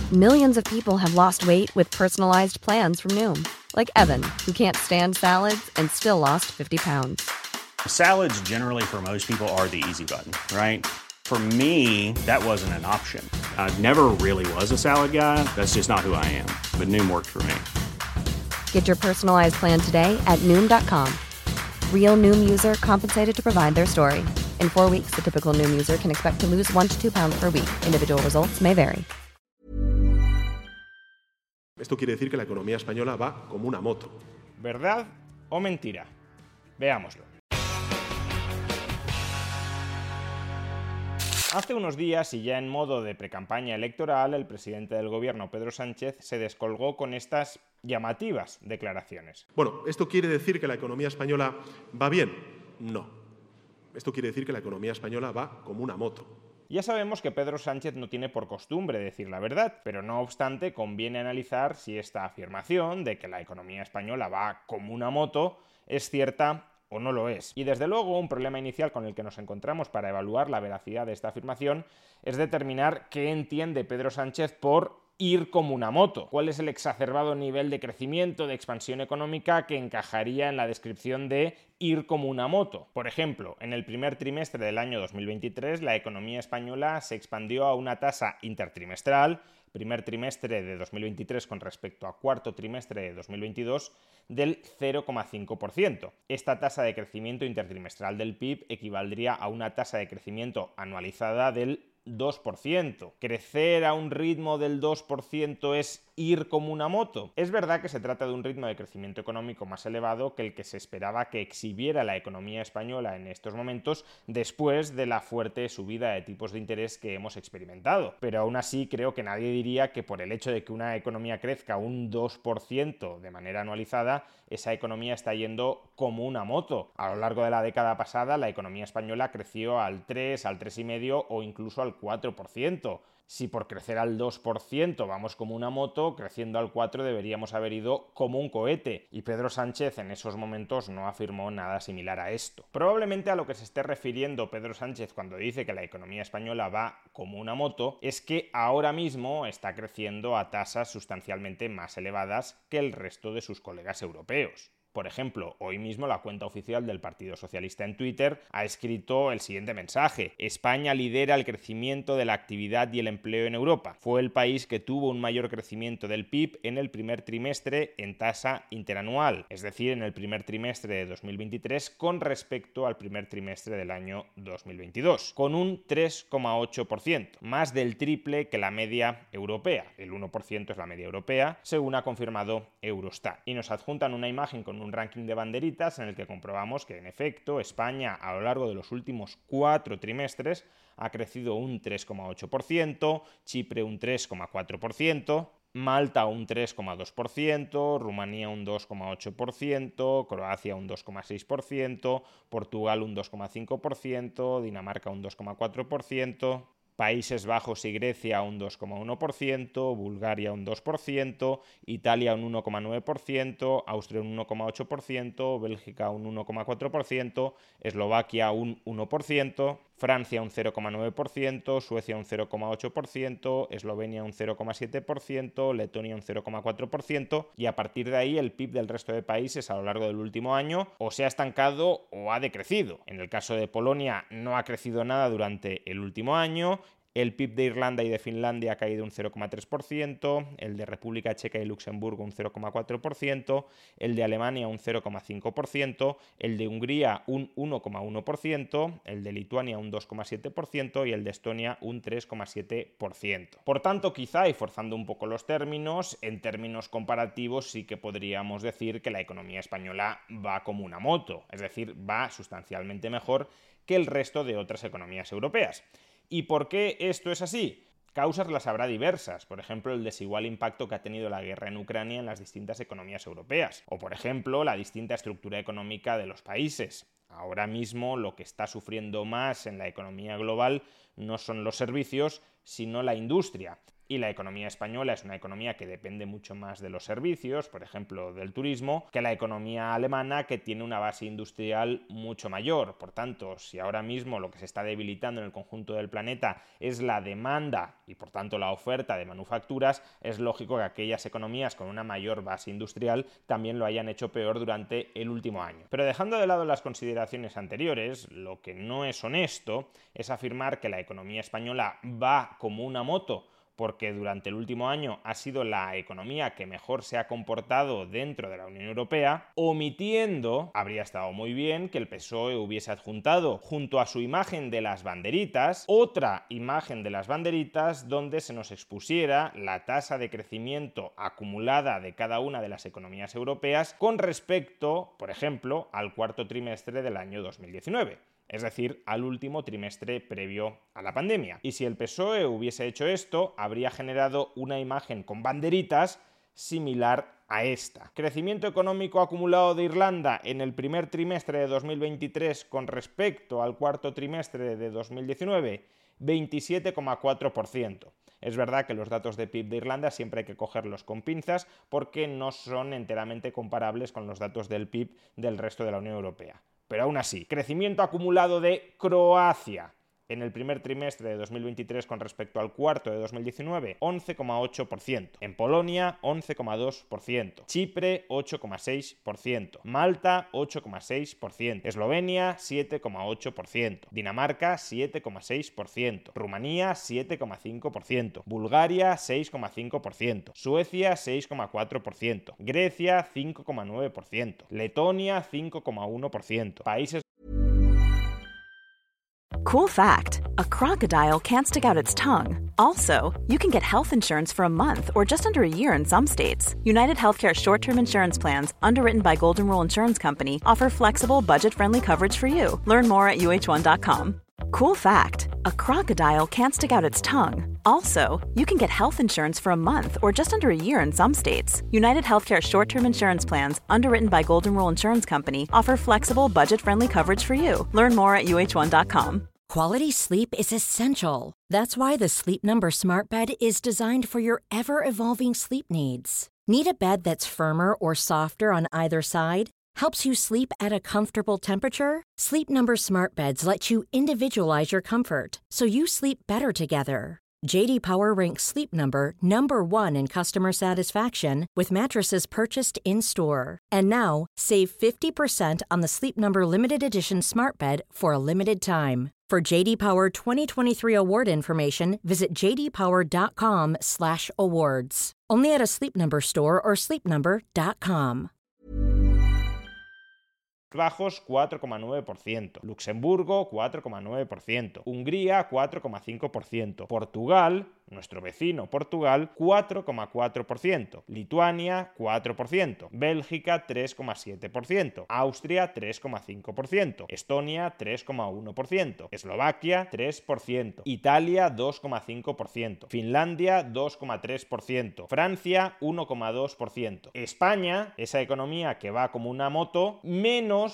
Millions of people have lost weight with personalized plans from Noom. Like Evan, who can't stand salads and still lost 50 pounds. Salads generally for most people are the easy button, right? For me, that wasn't an option. I never really was a salad guy. That's just not who I am. But Noom worked for me. Get your personalized plan today at Noom.com. Real Noom user compensated to provide their story. In 4 weeks, the typical Noom user can expect to lose 1 to 2 pounds per week. Individual results may vary. Esto quiere decir que la economía española va como una moto. ¿Verdad o mentira? Veámoslo. Hace unos días, y ya en modo de precampaña electoral, el presidente del gobierno, Pedro Sánchez, se descolgó con estas llamativas declaraciones. Bueno, ¿esto quiere decir que la economía española va bien? No. Esto quiere decir que la economía española va como una moto. Ya sabemos que Pedro Sánchez no tiene por costumbre decir la verdad, pero no obstante conviene analizar si esta afirmación de que la economía española va como una moto es cierta o no lo es. Y desde luego un problema inicial con el que nos encontramos para evaluar la veracidad de esta afirmación es determinar qué entiende Pedro Sánchez por ir como una moto. ¿Cuál es el exacerbado nivel de crecimiento, de expansión económica que encajaría en la descripción de ir como una moto? Por ejemplo, en el primer trimestre del año 2023, la economía española se expandió a una tasa intertrimestral, primer trimestre de 2023 con respecto a cuarto trimestre de 2022, del 0,5%. Esta tasa de crecimiento intertrimestral del PIB equivaldría a una tasa de crecimiento anualizada del 2%. ¿Crecer a un ritmo del 2% es ir como una moto? Es verdad que se trata de un ritmo de crecimiento económico más elevado que el que se esperaba que exhibiera la economía española en estos momentos después de la fuerte subida de tipos de interés que hemos experimentado. Pero aún así creo que nadie diría que por el hecho de que una economía crezca un 2% de manera anualizada, esa economía está yendo como una moto. A lo largo de la década pasada, la economía española creció al 3, al 3,5 o incluso al 4%. Si por crecer al 2% vamos como una moto, creciendo al 4% deberíamos haber ido como un cohete. Y Pedro Sánchez en esos momentos no afirmó nada similar a esto. Probablemente a lo que se esté refiriendo Pedro Sánchez cuando dice que la economía española va como una moto es que ahora mismo está creciendo a tasas sustancialmente más elevadas que el resto de sus colegas europeos. Por ejemplo, hoy mismo la cuenta oficial del Partido Socialista en Twitter ha escrito el siguiente mensaje: España lidera el crecimiento de la actividad y el empleo en Europa. Fue el país que tuvo un mayor crecimiento del PIB en el primer trimestre en tasa interanual, es decir, en el primer trimestre de 2023 con respecto al primer trimestre del año 2022, con un 3,8%, más del triple que la media europea. El 1% es la media europea, según ha confirmado Eurostat. Y nos adjuntan una imagen con un ranking de banderitas en el que comprobamos que, en efecto, España a lo largo de los últimos 4 trimestres ha crecido un 3,8%, Chipre un 3,4%, Malta un 3,2%, Rumanía un 2,8%, Croacia un 2,6%, Portugal un 2,5%, Dinamarca un 2,4%, Países Bajos y Grecia un 2,1%, Bulgaria un 2%, Italia un 1,9%, Austria un 1,8%, Bélgica un 1,4%, Eslovaquia un 1%, Francia un 0,9%, Suecia un 0,8%, Eslovenia un 0,7%, Letonia un 0,4% y a partir de ahí el PIB del resto de países a lo largo del último año o se ha estancado o ha decrecido. En el caso de Polonia no ha crecido nada durante el último año. El PIB de Irlanda y de Finlandia ha caído un 0,3%, el de República Checa y Luxemburgo un 0,4%, el de Alemania un 0,5%, el de Hungría un 1,1%, el de Lituania un 2,7% y el de Estonia un 3,7%. Por tanto, quizá, y forzando un poco los términos, en términos comparativos sí que podríamos decir que la economía española va como una moto, es decir, va sustancialmente mejor que el resto de otras economías europeas. ¿Y por qué esto es así? Causas las habrá diversas, por ejemplo el desigual impacto que ha tenido la guerra en Ucrania en las distintas economías europeas, o por ejemplo la distinta estructura económica de los países. Ahora mismo lo que está sufriendo más en la economía global no son los servicios, sino la industria. Y la economía española es una economía que depende mucho más de los servicios, por ejemplo, del turismo, que la economía alemana, que tiene una base industrial mucho mayor. Por tanto, si ahora mismo lo que se está debilitando en el conjunto del planeta es la demanda y, por tanto, la oferta de manufacturas, es lógico que aquellas economías con una mayor base industrial también lo hayan hecho peor durante el último año. Pero dejando de lado las consideraciones anteriores, lo que no es honesto es afirmar que la economía española va como una moto, porque durante el último año ha sido la economía que mejor se ha comportado dentro de la Unión Europea, omitiendo, habría estado muy bien que el PSOE hubiese adjuntado junto a su imagen de las banderitas, otra imagen de las banderitas donde se nos expusiera la tasa de crecimiento acumulada de cada una de las economías europeas con respecto, por ejemplo, al cuarto trimestre del año 2019. Es decir, al último trimestre previo a la pandemia. Y si el PSOE hubiese hecho esto, habría generado una imagen con banderitas similar a esta. Crecimiento económico acumulado de Irlanda en el primer trimestre de 2023 con respecto al cuarto trimestre de 2019, 27,4%. Es verdad que los datos de PIB de Irlanda siempre hay que cogerlos con pinzas porque no son enteramente comparables con los datos del PIB del resto de la Unión Europea. Pero aún así, crecimiento acumulado de Croacia en el primer trimestre de 2023 con respecto al cuarto de 2019, 11,8%. En Polonia, 11,2%. Chipre, 8,6%. Malta, 8,6%. Eslovenia, 7,8%. Dinamarca, 7,6%. Rumanía, 7,5%. Bulgaria, 6,5%. Suecia, 6,4%. Grecia, 5,9%. Letonia, 5,1%. Países. Cool fact, a crocodile can't stick out its tongue. Also, you can get health insurance for a month or just under a year in some states. United Healthcare short-term insurance plans, underwritten by Golden Rule Insurance Company, offer flexible, budget-friendly coverage for you. Learn more at uh1.com. Cool fact, a crocodile can't stick out its tongue. Also, you can get health insurance for a month or just under a year in some states. United Healthcare short-term insurance plans, underwritten by Golden Rule Insurance Company, offer flexible, budget-friendly coverage for you. Learn more at uh1.com. Quality sleep is essential. That's why the Sleep Number Smart Bed is designed for your ever-evolving sleep needs. Need a bed that's firmer or softer on either side? Helps you sleep at a comfortable temperature? Sleep Number Smart Beds let you individualize your comfort, so you sleep better together. J.D. Power ranks Sleep Number number 1 in customer satisfaction with mattresses purchased in-store. And now, save 50% on the Sleep Number Limited Edition Smart Bed for a limited time. For J.D. Power 2023 award information, visit jdpower.com/awards. Only at a Sleep Number store or sleepnumber.com. Bajos, 4,9%. Luxemburgo, 4,9%. Hungría, 4,5%. Portugal, nuestro vecino Portugal, 4,4%. Lituania, 4%. Bélgica, 3,7%. Austria, 3,5%. Estonia, 3,1%. Eslovaquia, 3%. Italia, 2,5%. Finlandia, 2,3%. Francia, 1,2%. España, esa economía que va como una moto, menos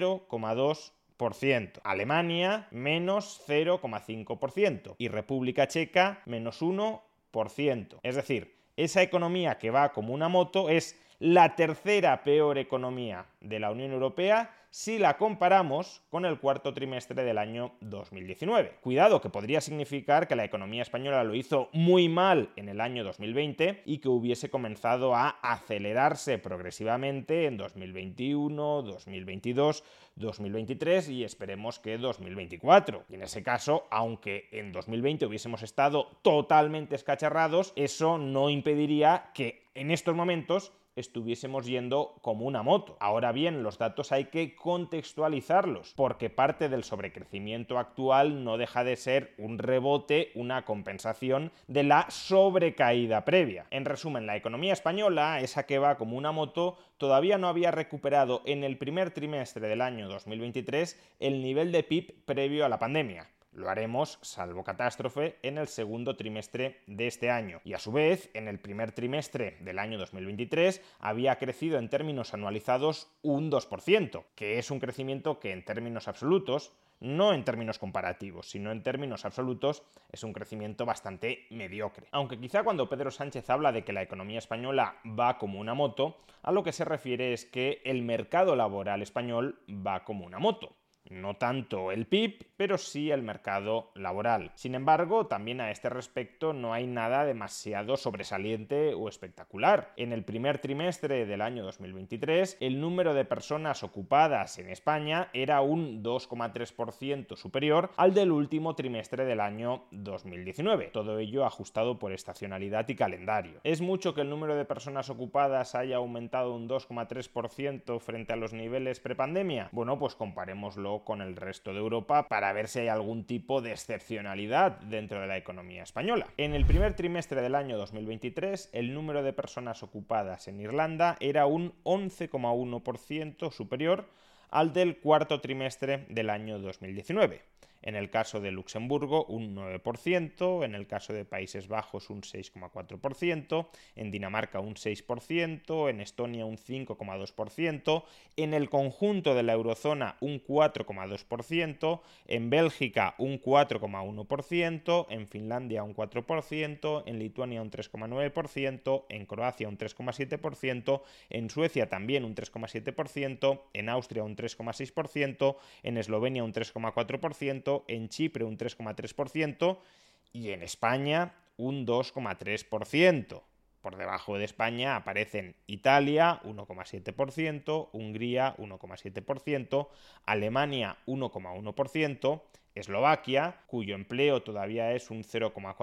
0,2%. Alemania, menos 0,5%. Y República Checa, menos 1%. Es decir, esa economía que va como una moto es la tercera peor economía de la Unión Europea si la comparamos con el cuarto trimestre del año 2019. Cuidado, que podría significar que la economía española lo hizo muy mal en el año 2020 y que hubiese comenzado a acelerarse progresivamente en 2021, 2022, 2023 y esperemos que 2024. Y en ese caso, aunque en 2020 hubiésemos estado totalmente escacharrados, eso no impediría que en estos momentos estuviésemos yendo como una moto. Ahora bien, los datos hay que contextualizarlos, porque parte del sobrecrecimiento actual no deja de ser un rebote, una compensación de la sobrecaída previa. En resumen, la economía española, esa que va como una moto, todavía no había recuperado en el primer trimestre del año 2023 el nivel de PIB previo a la pandemia. Lo haremos, salvo catástrofe, en el segundo trimestre de este año. Y a su vez, en el primer trimestre del año 2023 había crecido en términos anualizados un 2%, que es un crecimiento que en términos absolutos no en términos comparativos, sino en términos absolutos, es un crecimiento bastante mediocre. Aunque quizá cuando Pedro Sánchez habla de que la economía española va como una moto, a lo que se refiere es que el mercado laboral español va como una moto. No tanto el PIB, pero sí el mercado laboral. Sin embargo, también a este respecto no hay nada demasiado sobresaliente o espectacular. En el primer trimestre del año 2023, el número de personas ocupadas en España era un 2,3% superior al del último trimestre del año 2019. Todo ello ajustado por estacionalidad y calendario. ¿Es mucho que el número de personas ocupadas haya aumentado un 2,3% frente a los niveles prepandemia? Bueno, pues comparémoslo con el resto de Europa para ver si hay algún tipo de excepcionalidad dentro de la economía española. En el primer trimestre del año 2023, el número de personas ocupadas en Irlanda era un 11,1% superior al del cuarto trimestre del año 2019. En el caso de Luxemburgo, un 9%, en el caso de Países Bajos, un 6,4%, en Dinamarca, un 6%, en Estonia, un 5,2%, en el conjunto de la eurozona, un 4,2%, en Bélgica, un 4,1%, en Finlandia, un 4%, en Lituania, un 3,9%, en Croacia, un 3,7%, en Suecia también un 3,7%, en Austria, un 3,6%, en Eslovenia, un 3,4%, en Chipre un 3,3% y en España un 2,3%. Por debajo de España aparecen Italia, 1,7%, Hungría, 1,7%, Alemania, 1,1%, Eslovaquia, cuyo empleo todavía es un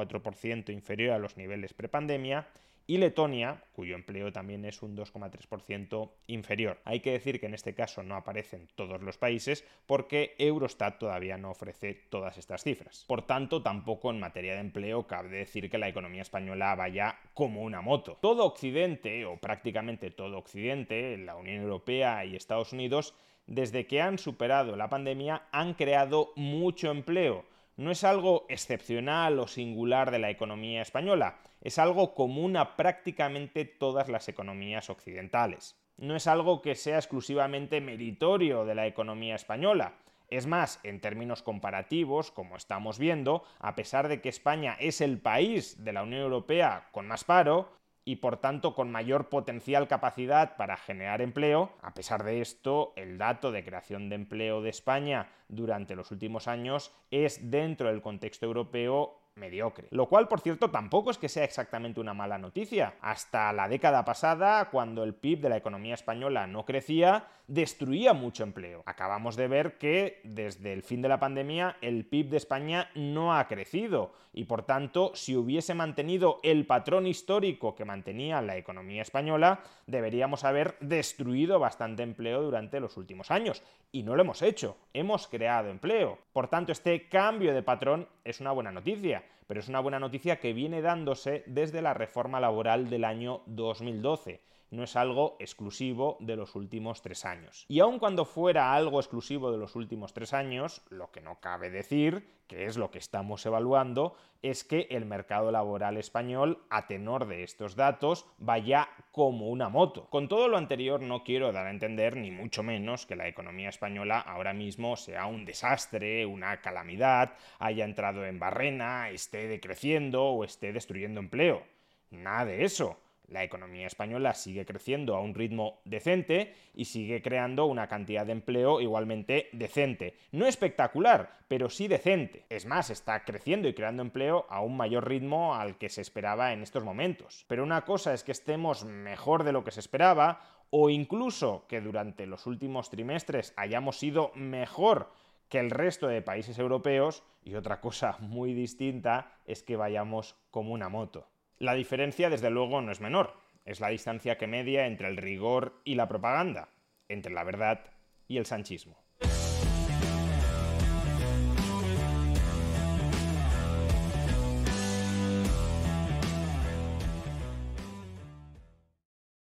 0,4% inferior a los niveles prepandemia, y Letonia, cuyo empleo también es un 2,3% inferior. Hay que decir que en este caso no aparecen todos los países porque Eurostat todavía no ofrece todas estas cifras. Por tanto, tampoco en materia de empleo cabe decir que la economía española vaya como una moto. Todo Occidente, o prácticamente todo Occidente, la Unión Europea y Estados Unidos, desde que han superado la pandemia, han creado mucho empleo. No es algo excepcional o singular de la economía española, es algo común a prácticamente todas las economías occidentales. No es algo que sea exclusivamente meritorio de la economía española. Es más, en términos comparativos, como estamos viendo, a pesar de que España es el país de la Unión Europea con más paro, y por tanto con mayor potencial capacidad para generar empleo, a pesar de esto, el dato de creación de empleo de España durante los últimos años es, dentro del contexto europeo, mediocre. Lo cual, por cierto, tampoco es que sea exactamente una mala noticia. Hasta la década pasada, cuando el PIB de la economía española no crecía, destruía mucho empleo. Acabamos de ver que desde el fin de la pandemia el PIB de España no ha crecido y, por tanto, si hubiese mantenido el patrón histórico que mantenía la economía española, deberíamos haber destruido bastante empleo durante los últimos años. Y no lo hemos hecho. Hemos creado empleo. Por tanto, este cambio de patrón es una buena noticia, pero es una buena noticia que viene dándose desde la reforma laboral del año 2012. No es algo exclusivo de los últimos 3 años. Y aun cuando fuera algo exclusivo de los últimos 3 años, lo que no cabe decir, que es lo que estamos evaluando, es que el mercado laboral español, a tenor de estos datos, vaya como una moto. Con todo lo anterior no quiero dar a entender, ni mucho menos, que la economía española ahora mismo sea un desastre, una calamidad, haya entrado en barrena, esté decreciendo o esté destruyendo empleo. Nada de eso. La economía española sigue creciendo a un ritmo decente y sigue creando una cantidad de empleo igualmente decente. No espectacular, pero sí decente. Es más, está creciendo y creando empleo a un mayor ritmo al que se esperaba en estos momentos. Pero una cosa es que estemos mejor de lo que se esperaba, o incluso que durante los últimos trimestres hayamos sido mejor que el resto de países europeos, y otra cosa muy distinta es que vayamos como una moto. La diferencia, desde luego, no es menor. Es la distancia que media entre el rigor y la propaganda, entre la verdad y el sanchismo.